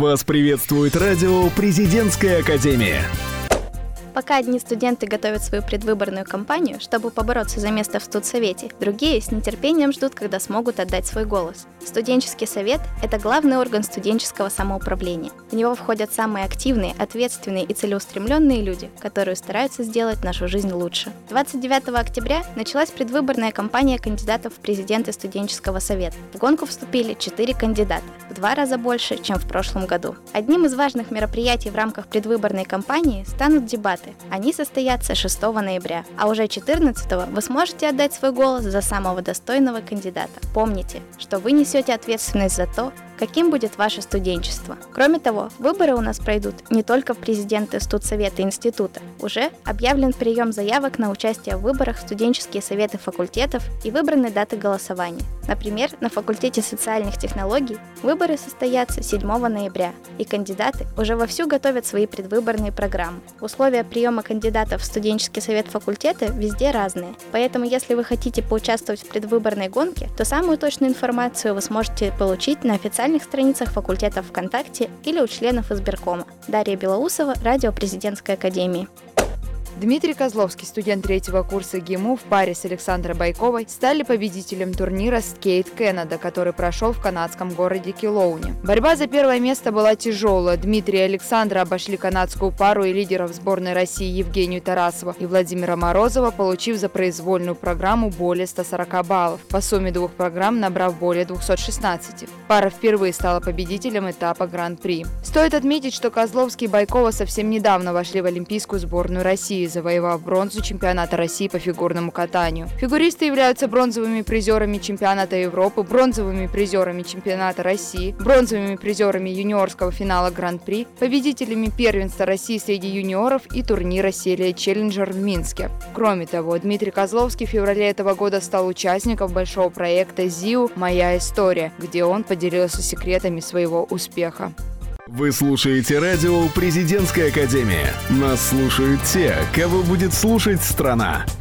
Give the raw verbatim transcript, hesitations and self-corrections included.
Вас приветствует радио «Президентская академия». Пока одни студенты готовят свою предвыборную кампанию, чтобы побороться за место в студсовете, другие с нетерпением ждут, когда смогут отдать свой голос. Студенческий совет – это главный орган студенческого самоуправления. В него входят самые активные, ответственные и целеустремленные люди, которые стараются сделать нашу жизнь лучше. двадцать девятого октября началась предвыборная кампания кандидатов в президенты студенческого совета. В гонку вступили четыре кандидата, в два раза больше, чем в прошлом году. Одним из важных мероприятий в рамках предвыборной кампании станут дебаты. Они состоятся шестого ноября, а уже четырнадцатого вы сможете отдать свой голос за самого достойного кандидата. Помните, что вы несете ответственность за то, каким будет ваше студенчество. Кроме того, выборы у нас пройдут не только в президенты студсовета института. Уже объявлен прием заявок на участие в выборах в студенческие советы факультетов и выбраны даты голосования. Например, на факультете социальных технологий выборы состоятся седьмого ноября, и кандидаты уже вовсю готовят свои предвыборные программы. Условия приема кандидатов в студенческий совет факультета везде разные, поэтому если вы хотите поучаствовать в предвыборной гонке, то самую точную информацию вы сможете получить на официальном страницах факультетов ВКонтакте или у членов избиркома. Дарья Белоусова, радио «Президентской академии». Дмитрий Козловский, студент третьего курса ГИМУ, в паре с Александрой Байковой стали победителем турнира Skate Canada, который прошел в канадском городе Келоуне. Борьба за первое место была тяжелая. Дмитрий и Александра обошли канадскую пару и лидеров сборной России Евгению Тарасова и Владимира Морозова, получив за произвольную программу более ста сорока баллов, по сумме двух программ набрав более двухсот шестнадцати. Пара впервые стала победителем этапа Гран-при. Стоит отметить, что Козловский и Байкова совсем недавно вошли в Олимпийскую сборную России, завоевав бронзу чемпионата России по фигурному катанию. Фигуристы являются бронзовыми призерами чемпионата Европы, бронзовыми призерами чемпионата России, бронзовыми призерами юниорского финала Гран-при, победителями первенства России среди юниоров и турнира серии Челленджер в Минске. Кроме того, Дмитрий Козловский в феврале этого года стал участником большого проекта ЗИУ «Моя история», где он поделился секретами своего успеха. Вы слушаете радио «Президентская академия». Нас слушают те, кого будет слушать страна.